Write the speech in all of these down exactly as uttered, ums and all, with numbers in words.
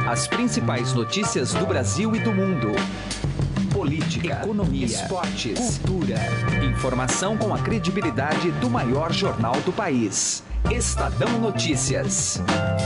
As principais notícias do Brasil e do mundo. Política, economia, esportes, cultura. Informação com a credibilidade do maior jornal do país. Estadão Notícias.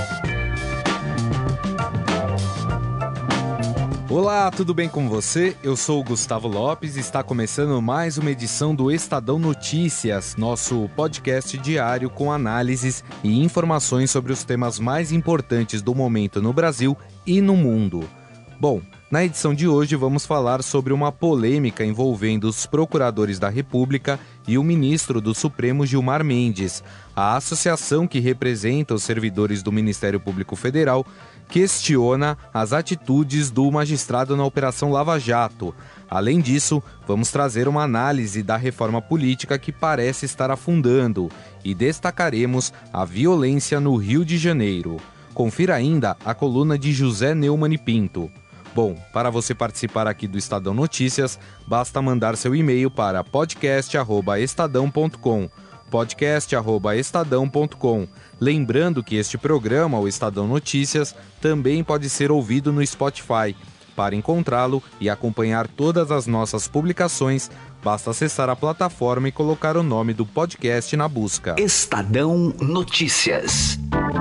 Olá, tudo bem com você? Eu sou o Gustavo Lopes e está começando mais uma edição do Estadão Notícias, nosso podcast diário com análises e informações sobre os temas mais importantes do momento no Brasil e no mundo. Bom, na edição de hoje vamos falar sobre uma polêmica envolvendo os procuradores da República e o ministro do Supremo Gilmar Mendes. A associação que representa os servidores do Ministério Público Federal questiona as atitudes do magistrado na Operação Lava Jato. Além disso, vamos trazer uma análise da reforma política que parece estar afundando e destacaremos a violência no Rio de Janeiro. Confira ainda a coluna de José Neumann e Pinto. Bom, para você participar aqui do Estadão Notícias, basta mandar seu e-mail para podcast arroba estadão ponto com. podcast arroba estadão ponto com. Lembrando que este programa, o Estadão Notícias, também pode ser ouvido no Spotify. Para encontrá-lo e acompanhar todas as nossas publicações, basta acessar a plataforma e colocar o nome do podcast na busca. Estadão Notícias.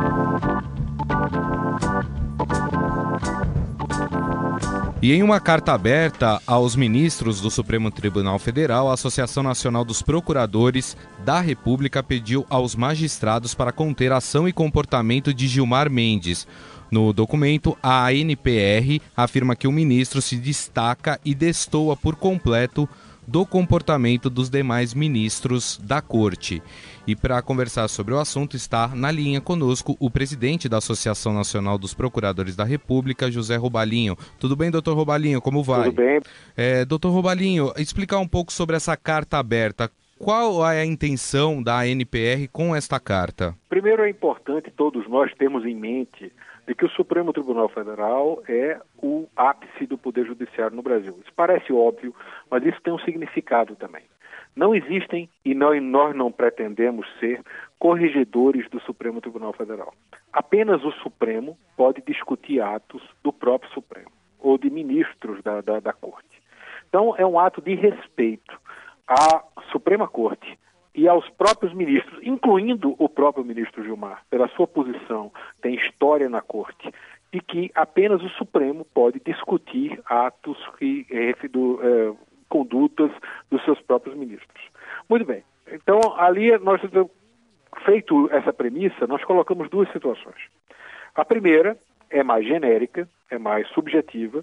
E em uma carta aberta aos ministros do Supremo Tribunal Federal, a Associação Nacional dos Procuradores da República pediu aos magistrados para conter a ação e comportamento de Gilmar Mendes. No documento, a A N P R afirma que o ministro se destaca e destoa por completo do comportamento dos demais ministros da Corte. E para conversar sobre o assunto está na linha conosco o presidente da Associação Nacional dos Procuradores da República, José Robalinho. Tudo bem, doutor Robalinho? Como vai? Tudo bem. É, doutor Robalinho, explicar um pouco sobre essa carta aberta. Qual é a intenção da A N P R com esta carta? Primeiro, é importante todos nós termos em mente de que o Supremo Tribunal Federal é o ápice do Poder Judiciário no Brasil. Isso parece óbvio, mas isso tem um significado também. Não existem, e nós, nós não pretendemos ser, corregedores do Supremo Tribunal Federal. Apenas o Supremo pode discutir atos do próprio Supremo, ou de ministros da, da, da Corte. Então, é um ato de respeito à Suprema Corte e aos próprios ministros, incluindo o próprio ministro Gilmar, pela sua posição, tem história na Corte, e que apenas o Supremo pode discutir atos que, é, do, é, condutas dos seus próprios ministros. Muito bem. Então, ali, nós, feito essa premissa, nós colocamos duas situações. A primeira é mais genérica, é mais subjetiva,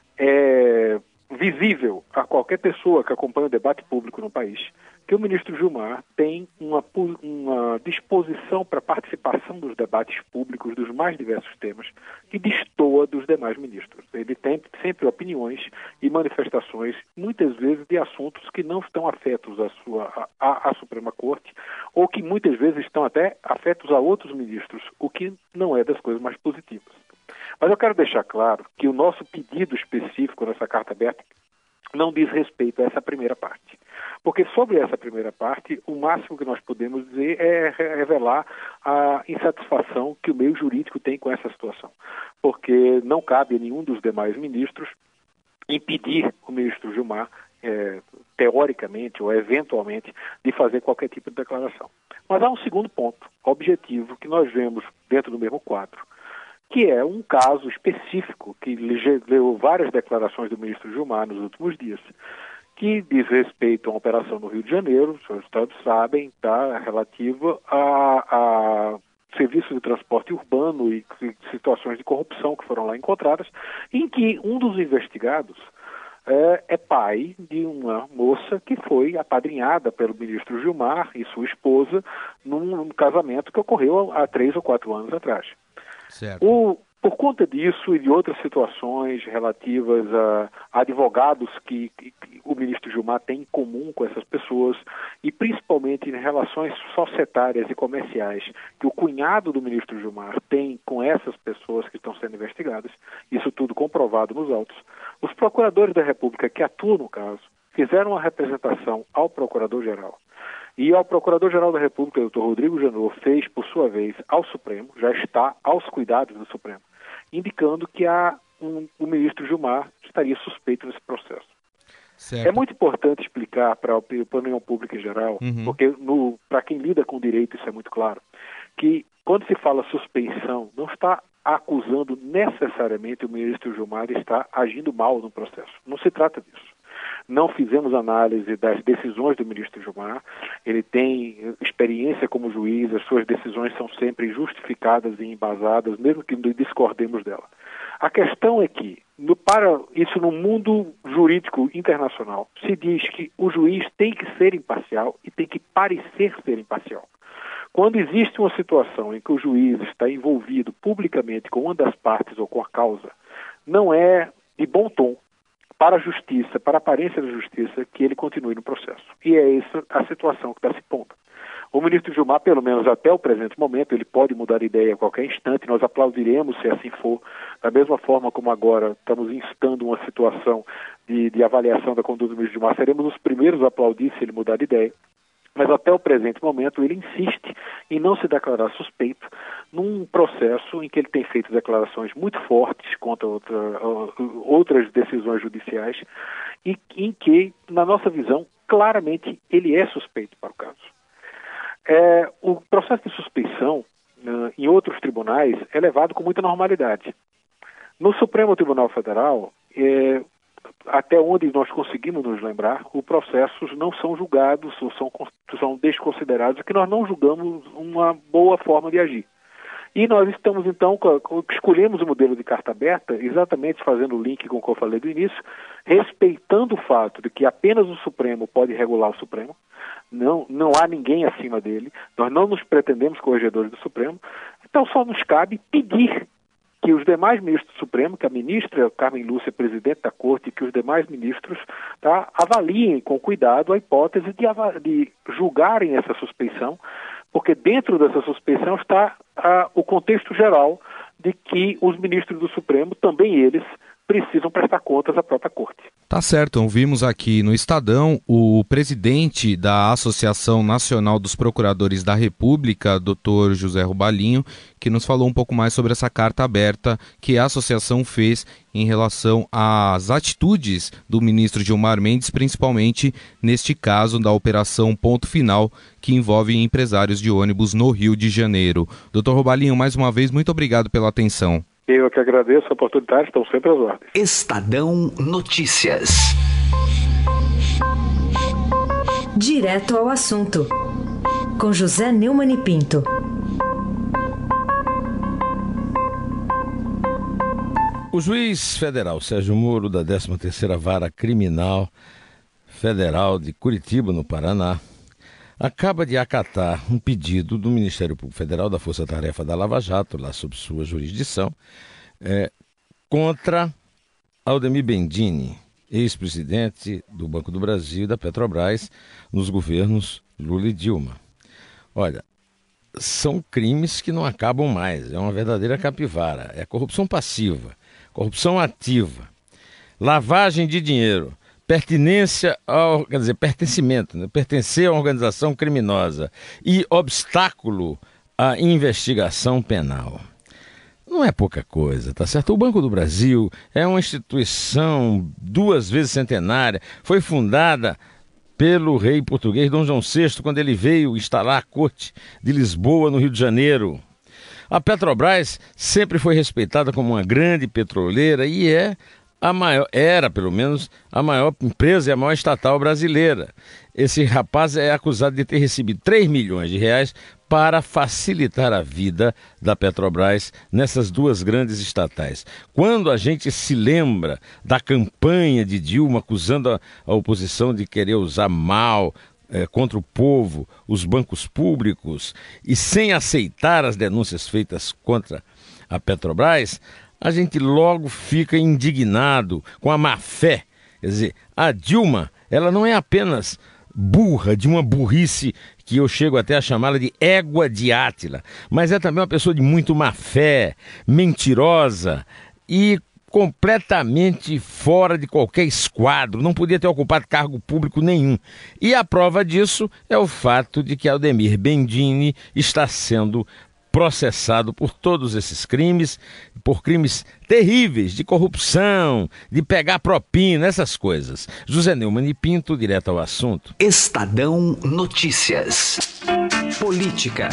é visível a qualquer pessoa que acompanha o debate público no país, que o ministro Gilmar tem uma, uma disposição para participação dos debates públicos dos mais diversos temas que destoa dos demais ministros. Ele tem sempre opiniões e manifestações, muitas vezes de assuntos que não estão afetos à, sua, à, à Suprema Corte ou que muitas vezes estão até afetos a outros ministros, o que não é das coisas mais positivas. Mas eu quero deixar claro que o nosso pedido específico nessa carta aberta não diz respeito a essa primeira parte. Porque sobre essa primeira parte, o máximo que nós podemos dizer é revelar a insatisfação que o meio jurídico tem com essa situação. Porque não cabe a nenhum dos demais ministros impedir o ministro Gilmar, é, teoricamente ou eventualmente, de fazer qualquer tipo de declaração. Mas há um segundo ponto objetivo que nós vemos dentro do mesmo quadro, que é um caso específico que leu várias declarações do ministro Gilmar nos últimos dias, que diz respeito a uma operação no Rio de Janeiro, os senhores todos sabem, tá, relativa a, a serviços de transporte urbano e situações de corrupção que foram lá encontradas, em que um dos investigados é, é pai de uma moça que foi apadrinhada pelo ministro Gilmar e sua esposa num, num casamento que ocorreu há três ou quatro anos atrás. Certo. O, por conta disso e de outras situações relativas a, a advogados que, que, que o ministro Gilmar tem em comum com essas pessoas e principalmente em relações societárias e comerciais que o cunhado do ministro Gilmar tem com essas pessoas que estão sendo investigadas, isso tudo comprovado nos autos, os procuradores da República que atuam no caso fizeram uma representação ao Procurador-Geral. E ao Procurador-Geral da República, doutor Rodrigo Janot, fez, por sua vez, ao Supremo, já está aos cuidados do Supremo, indicando que há um, o ministro Gilmar estaria suspeito desse processo. Certo. É muito importante explicar para a opinião pública em geral, uhum. porque para quem lida com direito isso é muito claro, que quando se fala suspeição, não está acusando necessariamente o ministro Gilmar de estar agindo mal no processo. Não se trata disso. Não fizemos análise das decisões do ministro Gilmar. Ele tem experiência como juiz, as suas decisões são sempre justificadas e embasadas, mesmo que discordemos dela. A questão é que, no, para isso no mundo jurídico internacional, se diz que o juiz tem que ser imparcial e tem que parecer ser imparcial. Quando existe uma situação em que o juiz está envolvido publicamente com uma das partes ou com a causa, não é de bom tom para a justiça, para a aparência da justiça, que ele continue no processo. E é essa a situação que está se pondo. O ministro Gilmar, pelo menos até o presente momento, ele pode mudar de ideia a qualquer instante, nós aplaudiremos se assim for, da mesma forma como agora estamos instando uma situação de, de avaliação da conduta do ministro Gilmar, seremos os primeiros a aplaudir se ele mudar de ideia. Mas até o presente momento ele insiste em não se declarar suspeito num processo em que ele tem feito declarações muito fortes contra outra, outras decisões judiciais e em que, na nossa visão, claramente ele é suspeito para o caso. É, o processo de suspeição uh, em outros tribunais é levado com muita normalidade. No Supremo Tribunal Federal, é, até onde nós conseguimos nos lembrar, os processos não são julgados ou são, são desconsiderados, que nós não julgamos uma boa forma de agir. E nós estamos, então, escolhemos o modelo de carta aberta, exatamente fazendo o link com o que eu falei do início, respeitando o fato de que apenas o Supremo pode regular o Supremo, não, não há ninguém acima dele, nós não nos pretendemos corregedores do Supremo, então só nos cabe pedir que os demais ministros do Supremo, que a ministra Carmen Lúcia, presidente da Corte, e que os demais ministros tá, avaliem com cuidado a hipótese de, de julgarem essa suspeição, porque dentro dessa suspeição está ah, o contexto geral de que os ministros do Supremo, também eles, precisam prestar contas à própria Corte. Tá certo, ouvimos aqui no Estadão o presidente da Associação Nacional dos Procuradores da República, doutor José Robalinho, que nos falou um pouco mais sobre essa carta aberta que a associação fez em relação às atitudes do ministro Gilmar Mendes, principalmente neste caso da Operação Ponto Final, que envolve empresários de ônibus no Rio de Janeiro. doutor Robalinho, mais uma vez, muito obrigado pela atenção. Eu que agradeço a oportunidade, estão sempre às ordens. Estadão Notícias. Direto ao assunto, com José Neumann e Pinto. O juiz federal Sérgio Moro, da décima terceira Vara Criminal Federal de Curitiba, no Paraná, acaba de acatar um pedido do Ministério Público Federal, da Força Tarefa da Lava Jato, lá sob sua jurisdição, é, contra Aldemir Bendini, ex-presidente do Banco do Brasil e da Petrobras, nos governos Lula e Dilma. Olha, são crimes que não acabam mais, é uma verdadeira capivara, é corrupção passiva, corrupção ativa, lavagem de dinheiro, pertinência ao, quer dizer, pertencimento, né? pertencer a uma organização criminosa e obstáculo à investigação penal. Não é pouca coisa, tá certo? O Banco do Brasil é uma instituição duas vezes centenária, foi fundada pelo rei português Dom João sexto, quando ele veio instalar a corte de Lisboa, no Rio de Janeiro. A Petrobras sempre foi respeitada como uma grande petroleira e é a maior, era pelo menos a maior empresa e a maior estatal brasileira. Esse rapaz é acusado de ter recebido três milhões de reais para facilitar a vida da Petrobras nessas duas grandes estatais. Quando a gente se lembra da campanha de Dilma acusando a, a oposição de querer usar mal é, contra o povo os bancos públicos e sem aceitar as denúncias feitas contra a Petrobras, a gente logo fica indignado com a má-fé. Quer dizer, a Dilma, ela não é apenas burra, de uma burrice que eu chego até a chamá-la de égua de Átila, mas é também uma pessoa de muito má-fé, mentirosa e completamente fora de qualquer esquadro, não podia ter ocupado cargo público nenhum. E a prova disso é o fato de que Aldemir Bendini está sendo processado por todos esses crimes, por crimes terríveis de corrupção, de pegar propina, essas coisas. José Neumann e Pinto, direto ao assunto. Estadão Notícias. Política.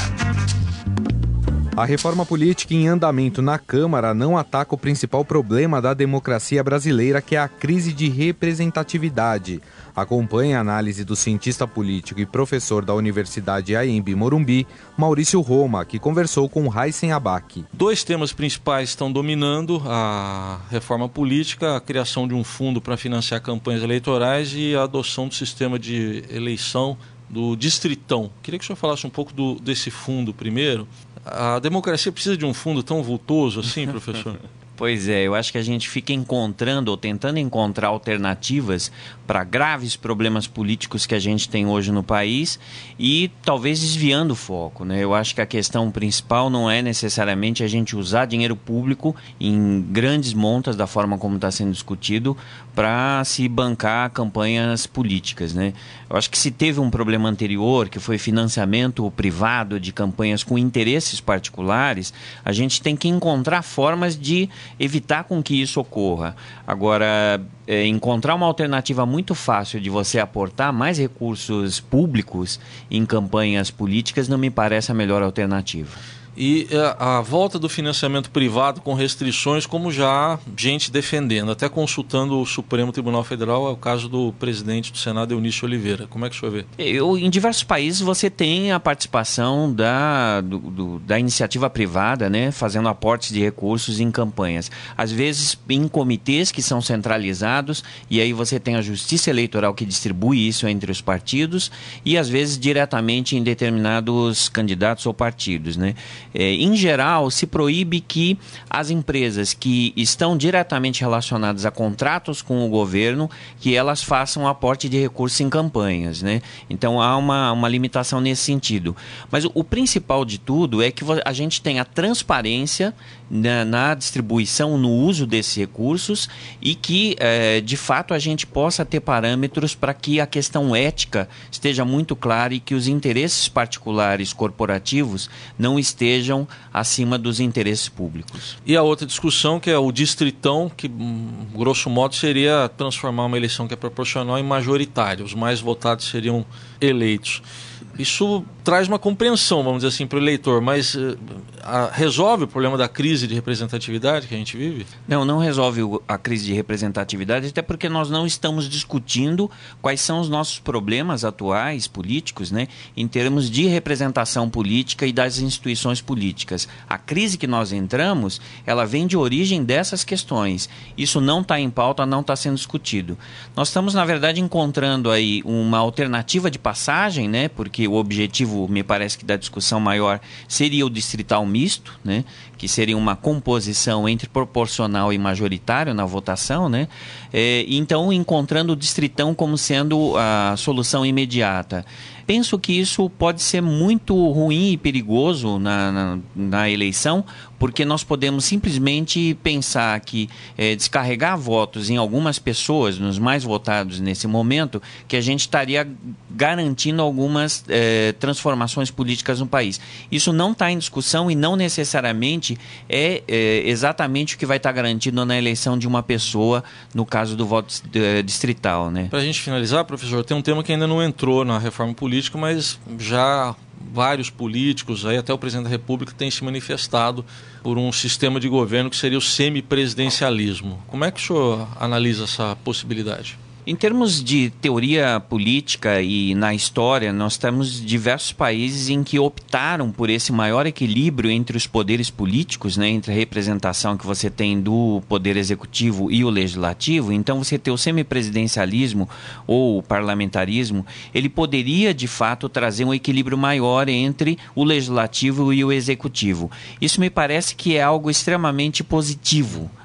A reforma política em andamento na Câmara não ataca o principal problema da democracia brasileira, que é a crise de representatividade. Acompanhe a análise do cientista político e professor da Universidade Anhembi Morumbi, Maurício Roma, que conversou com Raíssen Abac. Dois temas principais estão dominando a reforma política: a criação de um fundo para financiar campanhas eleitorais e a adoção do sistema de eleição do distritão. Queria que o senhor falasse um pouco do, desse fundo primeiro. A democracia precisa de um fundo tão vultoso assim, professor? Pois é, eu acho que a gente fica encontrando ou tentando encontrar alternativas para graves problemas políticos que a gente tem hoje no país e talvez desviando o foco, né? Eu acho que a questão principal não é necessariamente a gente usar dinheiro público em grandes montas da forma como está sendo discutido para se bancar campanhas políticas, né? Eu acho que se teve um problema anterior, que foi financiamento privado de campanhas com interesses particulares, a gente tem que encontrar formas de evitar com que isso ocorra. Agora, é, encontrar uma alternativa muito fácil de você aportar mais recursos públicos em campanhas políticas não me parece a melhor alternativa. E a, a volta do financiamento privado com restrições, como já há gente defendendo, até consultando o Supremo Tribunal Federal, é o caso do presidente do Senado, Eunício Oliveira. Como é que o senhor vê? Eu, em diversos países você tem a participação da, do, do, da iniciativa privada, né, fazendo aportes de recursos em campanhas. Às vezes em comitês que são centralizados, e aí você tem a Justiça Eleitoral que distribui isso entre os partidos, e às vezes diretamente em determinados candidatos ou partidos, né? É, em geral, se proíbe que as empresas que estão diretamente relacionadas a contratos com o governo, que elas façam aporte de recursos em campanhas, né? Então há uma, uma limitação nesse sentido. Mas o, o principal de tudo é que a gente tenha transparência na, na distribuição, no uso desses recursos e que, é, de fato, a gente possa ter parâmetros para que a questão ética esteja muito clara e que os interesses particulares corporativos não estejam estejam acima dos interesses públicos. E a outra discussão, que é o distritão, que grosso modo seria transformar uma eleição que é proporcional em majoritária. Os mais votados seriam eleitos. Isso traz uma compreensão, vamos dizer assim, para o eleitor, mas uh, a, resolve o problema da crise de representatividade que a gente vive? Não, não resolve o, a crise de representatividade, até porque nós não estamos discutindo quais são os nossos problemas atuais políticos, né, em termos de representação política e das instituições políticas. A crise que nós entramos, ela vem de origem dessas questões. Isso não está em pauta, não está sendo discutido. Nós estamos, na verdade, encontrando aí uma alternativa de passagem, né, porque o objetivo, me parece que da discussão maior, seria o distrital misto, né, que seria uma composição entre proporcional e majoritário na votação, né, é, então encontrando o distritão como sendo a solução imediata. Penso que isso pode ser muito ruim e perigoso na, na, na eleição, porque nós podemos simplesmente pensar que é, descarregar votos em algumas pessoas, nos mais votados nesse momento, que a gente estaria garantindo algumas é, transformações políticas no país. Isso não está em discussão e não necessariamente é, é exatamente o que vai estar garantido na eleição de uma pessoa, no caso do voto distrital, né? Para a gente finalizar, professor, tem um tema que ainda não entrou na reforma política, mas já vários políticos, aí até o presidente da República, têm se manifestado por um sistema de governo que seria o semipresidencialismo. Como é que o senhor analisa essa possibilidade? Em termos de teoria política e na história, nós temos diversos países em que optaram por esse maior equilíbrio entre os poderes políticos, né, entre a representação que você tem do poder executivo e o legislativo. Então, você ter o semipresidencialismo ou o parlamentarismo, ele poderia, de fato, trazer um equilíbrio maior entre o legislativo e o executivo. Isso me parece que é algo extremamente positivo,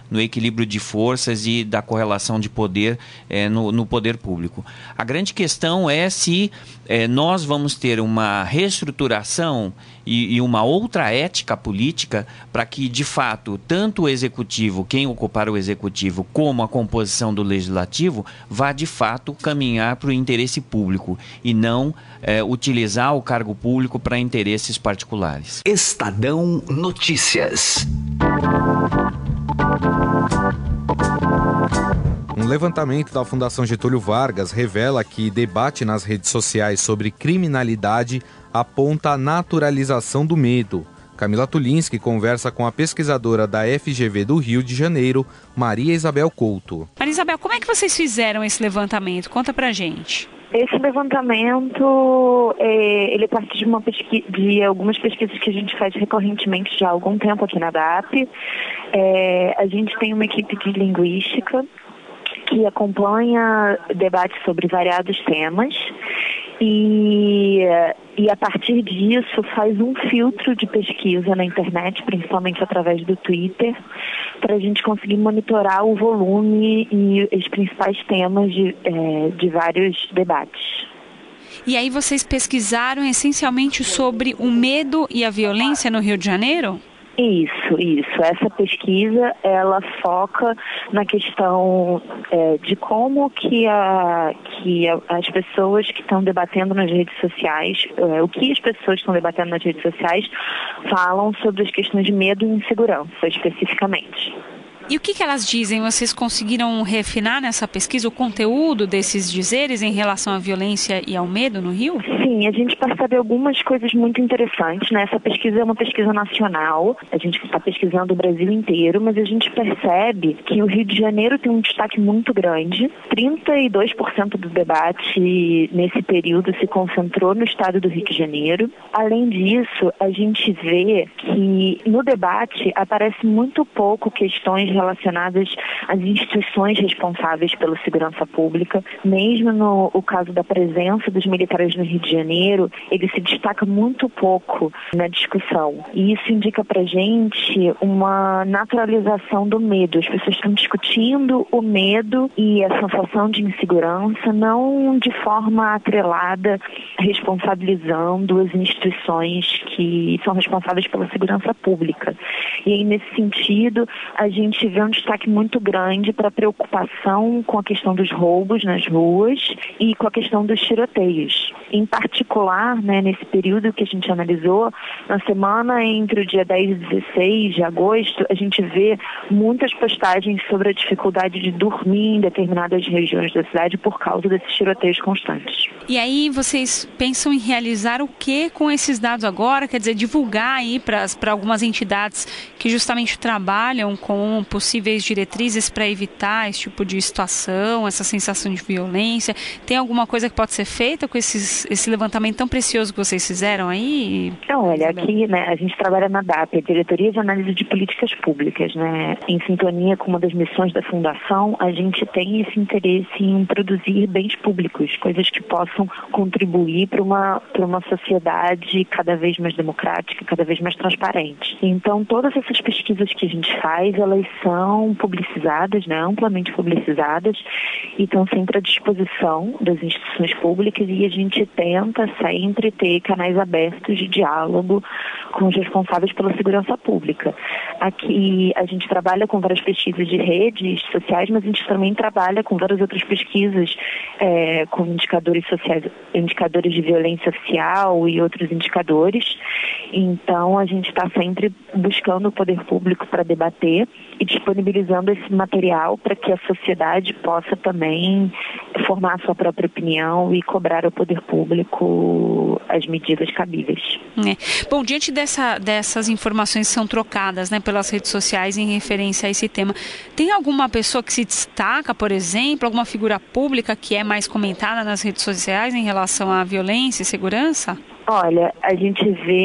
no equilíbrio de forças e da correlação de poder é, no, no poder público. A grande questão é se é, nós vamos ter uma reestruturação e, e uma outra ética política para que, de fato, tanto o executivo, quem ocupar o executivo, como a composição do legislativo, vá, de fato, caminhar para o interesse público e não é, utilizar o cargo público para interesses particulares. Estadão Notícias. Um levantamento da Fundação Getúlio Vargas revela que debate nas redes sociais sobre criminalidade aponta a naturalização do medo. Camila Tulinski conversa com a pesquisadora da F G V do Rio de Janeiro, Maria Isabel Couto. Maria Isabel, como é que vocês fizeram esse levantamento? Conta pra gente. Esse levantamento, é, ele parte de, uma pesqui- de algumas pesquisas que a gente faz recorrentemente já há algum tempo aqui na D A P. É, a gente tem uma equipe de linguística que acompanha debates sobre variados temas e, e a partir disso faz um filtro de pesquisa na internet, principalmente através do Twitter, para a gente conseguir monitorar o volume e os principais temas de, é, de vários debates. E aí vocês pesquisaram essencialmente sobre o medo e a violência no Rio de Janeiro? Isso, isso. Essa pesquisa, ela foca na questão é, de como que, a, que a, as pessoas que estão debatendo nas redes sociais, é, o que as pessoas que estão debatendo nas redes sociais falam sobre as questões de medo e insegurança, especificamente. E o que, que elas dizem? Vocês conseguiram refinar nessa pesquisa o conteúdo desses dizeres em relação à violência e ao medo no Rio? Sim, a gente percebe algumas coisas muito interessantes, né? Essa pesquisa é uma pesquisa nacional, a gente está pesquisando o Brasil inteiro, mas a gente percebe que o Rio de Janeiro tem um destaque muito grande. trinta e dois por cento do debate nesse período se concentrou no estado do Rio de Janeiro. Além disso, a gente vê que no debate aparece muito pouco questões relacionadas às instituições responsáveis pela segurança pública. Mesmo no o caso da presença dos militares no Rio de Janeiro, ele se destaca muito pouco na discussão. E isso indica pra gente uma naturalização do medo. As pessoas estão discutindo o medo e a sensação de insegurança, não de forma atrelada, responsabilizando as instituições que são responsáveis pela segurança pública. E aí, nesse sentido, a gente vê um destaque muito grande para a preocupação com a questão dos roubos nas ruas e com a questão dos tiroteios. Em particular, né, nesse período que a gente analisou, na semana entre o dia dez e dezesseis de agosto, a gente vê muitas postagens sobre a dificuldade de dormir em determinadas regiões da cidade por causa desses tiroteios constantes. E aí vocês pensam em realizar o que com esses dados agora? Quer dizer, divulgar aí para algumas entidades que justamente trabalham com possíveis diretrizes para evitar esse tipo de situação, essa sensação de violência. Tem alguma coisa que pode ser feita com esses, esse levantamento tão precioso que vocês fizeram aí? Então, olha, aqui, né, a gente trabalha na D A P, a Diretoria de Análise de Políticas Públicas, né? Em sintonia com uma das missões da Fundação, a gente tem esse interesse em produzir bens públicos, coisas que possam contribuir para uma, para uma sociedade cada vez mais democrática, cada vez mais transparente. Então, todas essas pesquisas que a gente faz, elas são publicizadas, né, amplamente publicizadas, e estão sempre à disposição das instituições públicas, e a gente tenta sempre ter canais abertos de diálogo com os responsáveis pela segurança pública. Aqui a gente trabalha com várias pesquisas de redes sociais, mas a gente também trabalha com várias outras pesquisas é, com indicadores sociais, indicadores de violência social e outros indicadores. Então a gente está sempre buscando o poder público para debater e disponibilizando esse material para que a sociedade possa também formar a sua própria opinião e cobrar ao poder público as medidas cabíveis. É. Bom, diante dessa, dessas informações que são trocadas, né, pelas redes sociais em referência a esse tema, tem alguma pessoa que se destaca, por exemplo, alguma figura pública que é mais comentada nas redes sociais em relação à violência e segurança? Olha, a gente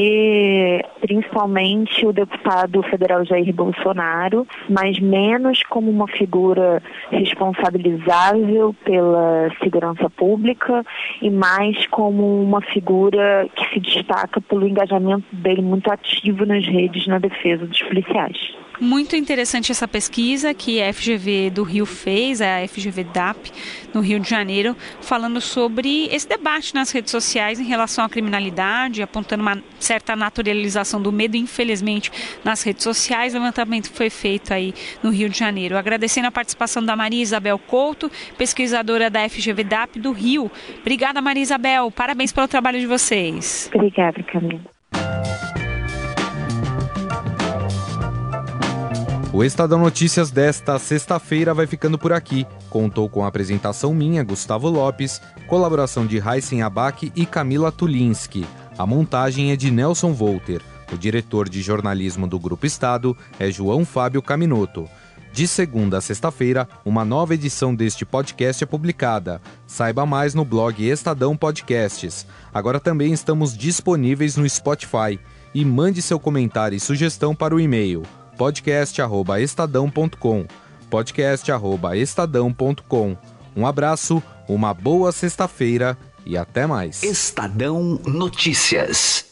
vê principalmente o deputado federal Jair Bolsonaro, mas menos como uma figura responsabilizável pela segurança pública e mais como uma figura que se destaca pelo engajamento dele muito ativo nas redes na defesa dos policiais. Muito interessante essa pesquisa que a F G V do Rio fez, a F G V D A P, no Rio de Janeiro, falando sobre esse debate nas redes sociais em relação à criminalidade, apontando uma certa naturalização do medo, infelizmente, nas redes sociais. O levantamento foi feito aí no Rio de Janeiro. Agradecendo a participação da Maria Isabel Couto, pesquisadora da F G V D A P do Rio. Obrigada, Maria Isabel. Parabéns pelo trabalho de vocês. Obrigada, Camila. O Estadão Notícias desta sexta-feira vai ficando por aqui. Contou com a apresentação minha, Gustavo Lopes, colaboração de Raíssen Abac e Camila Tulinski. A montagem é de Nelson Volter. O diretor de jornalismo do Grupo Estado é João Fábio Caminoto. De segunda a sexta-feira, uma nova edição deste podcast é publicada. Saiba mais no blog Estadão Podcasts. Agora também estamos disponíveis no Spotify. E mande seu comentário e sugestão para o e-mail podcast arroba estadão ponto com, podcast arroba estadão ponto com. Um abraço, uma boa sexta-feira e até mais. Estadão Notícias.